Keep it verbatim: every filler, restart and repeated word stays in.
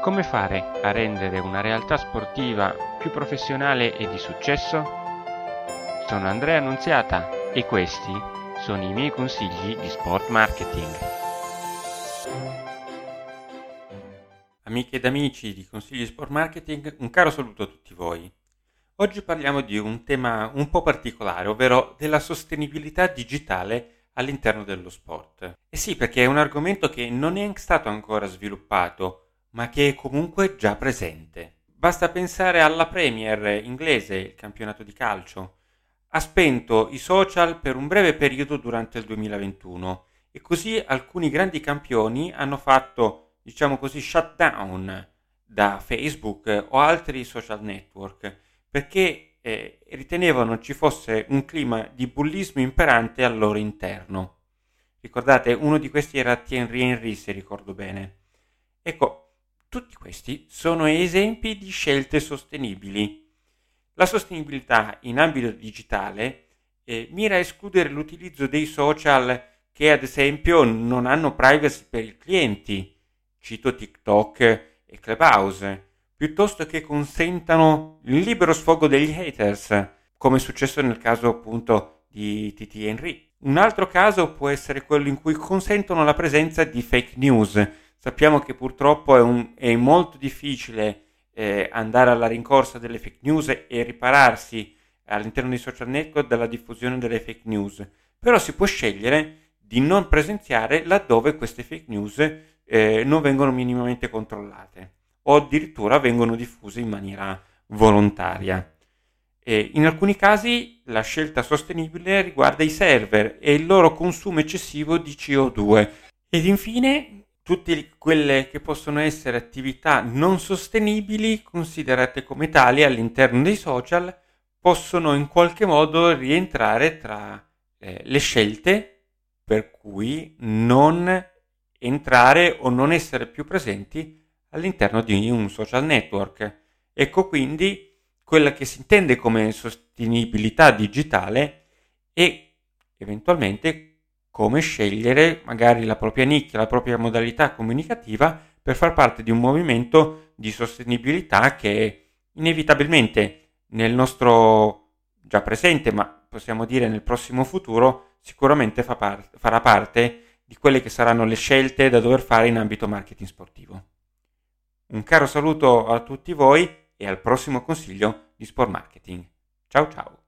Come fare a rendere una realtà sportiva più professionale e di successo? Sono Andrea Annunziata e questi sono i miei consigli di sport marketing. Amiche ed amici di Consigli di Sport Marketing, un caro saluto a tutti voi. Oggi parliamo di un tema un po' particolare, ovvero della sostenibilità digitale all'interno dello sport. E sì, perché è un argomento che non è stato ancora sviluppato, ma che è comunque già presente. Basta pensare alla Premier inglese, il campionato di calcio. Ha spento i social per un breve periodo durante il duemilaventuno e così alcuni grandi campioni hanno fatto, diciamo così, shutdown da Facebook o altri social network perché eh, ritenevano ci fosse un clima di bullismo imperante al loro interno. Ricordate, uno di questi era Thierry Henry, se ricordo bene. Ecco, tutti questi sono esempi di scelte sostenibili. La sostenibilità in ambito digitale eh, mira a escludere l'utilizzo dei social che ad esempio non hanno privacy per i clienti, cito TikTok e Clubhouse, piuttosto che consentano il libero sfogo degli haters, come è successo nel caso appunto di T T Henry. Un altro caso può essere quello in cui consentono la presenza di fake news. Sappiamo che purtroppo è, un, è molto difficile eh, andare alla rincorsa delle fake news e ripararsi all'interno dei social network dalla diffusione delle fake news, però si può scegliere di non presenziare laddove queste fake news eh, non vengono minimamente controllate o addirittura vengono diffuse in maniera volontaria. E in alcuni casi la scelta sostenibile riguarda i server e il loro consumo eccessivo di C O due. Ed infine tutte quelle che possono essere attività non sostenibili considerate come tali all'interno dei social possono in qualche modo rientrare tra eh, le scelte per cui non entrare o non essere più presenti all'interno di un social network. Ecco quindi quella che si intende come sostenibilità digitale e eventualmente come scegliere magari la propria nicchia, la propria modalità comunicativa per far parte di un movimento di sostenibilità che inevitabilmente nel nostro già presente, ma possiamo dire nel prossimo futuro, sicuramente fa par- farà parte di quelle che saranno le scelte da dover fare in ambito marketing sportivo. Un caro saluto a tutti voi e al prossimo consiglio di Sport Marketing. Ciao ciao!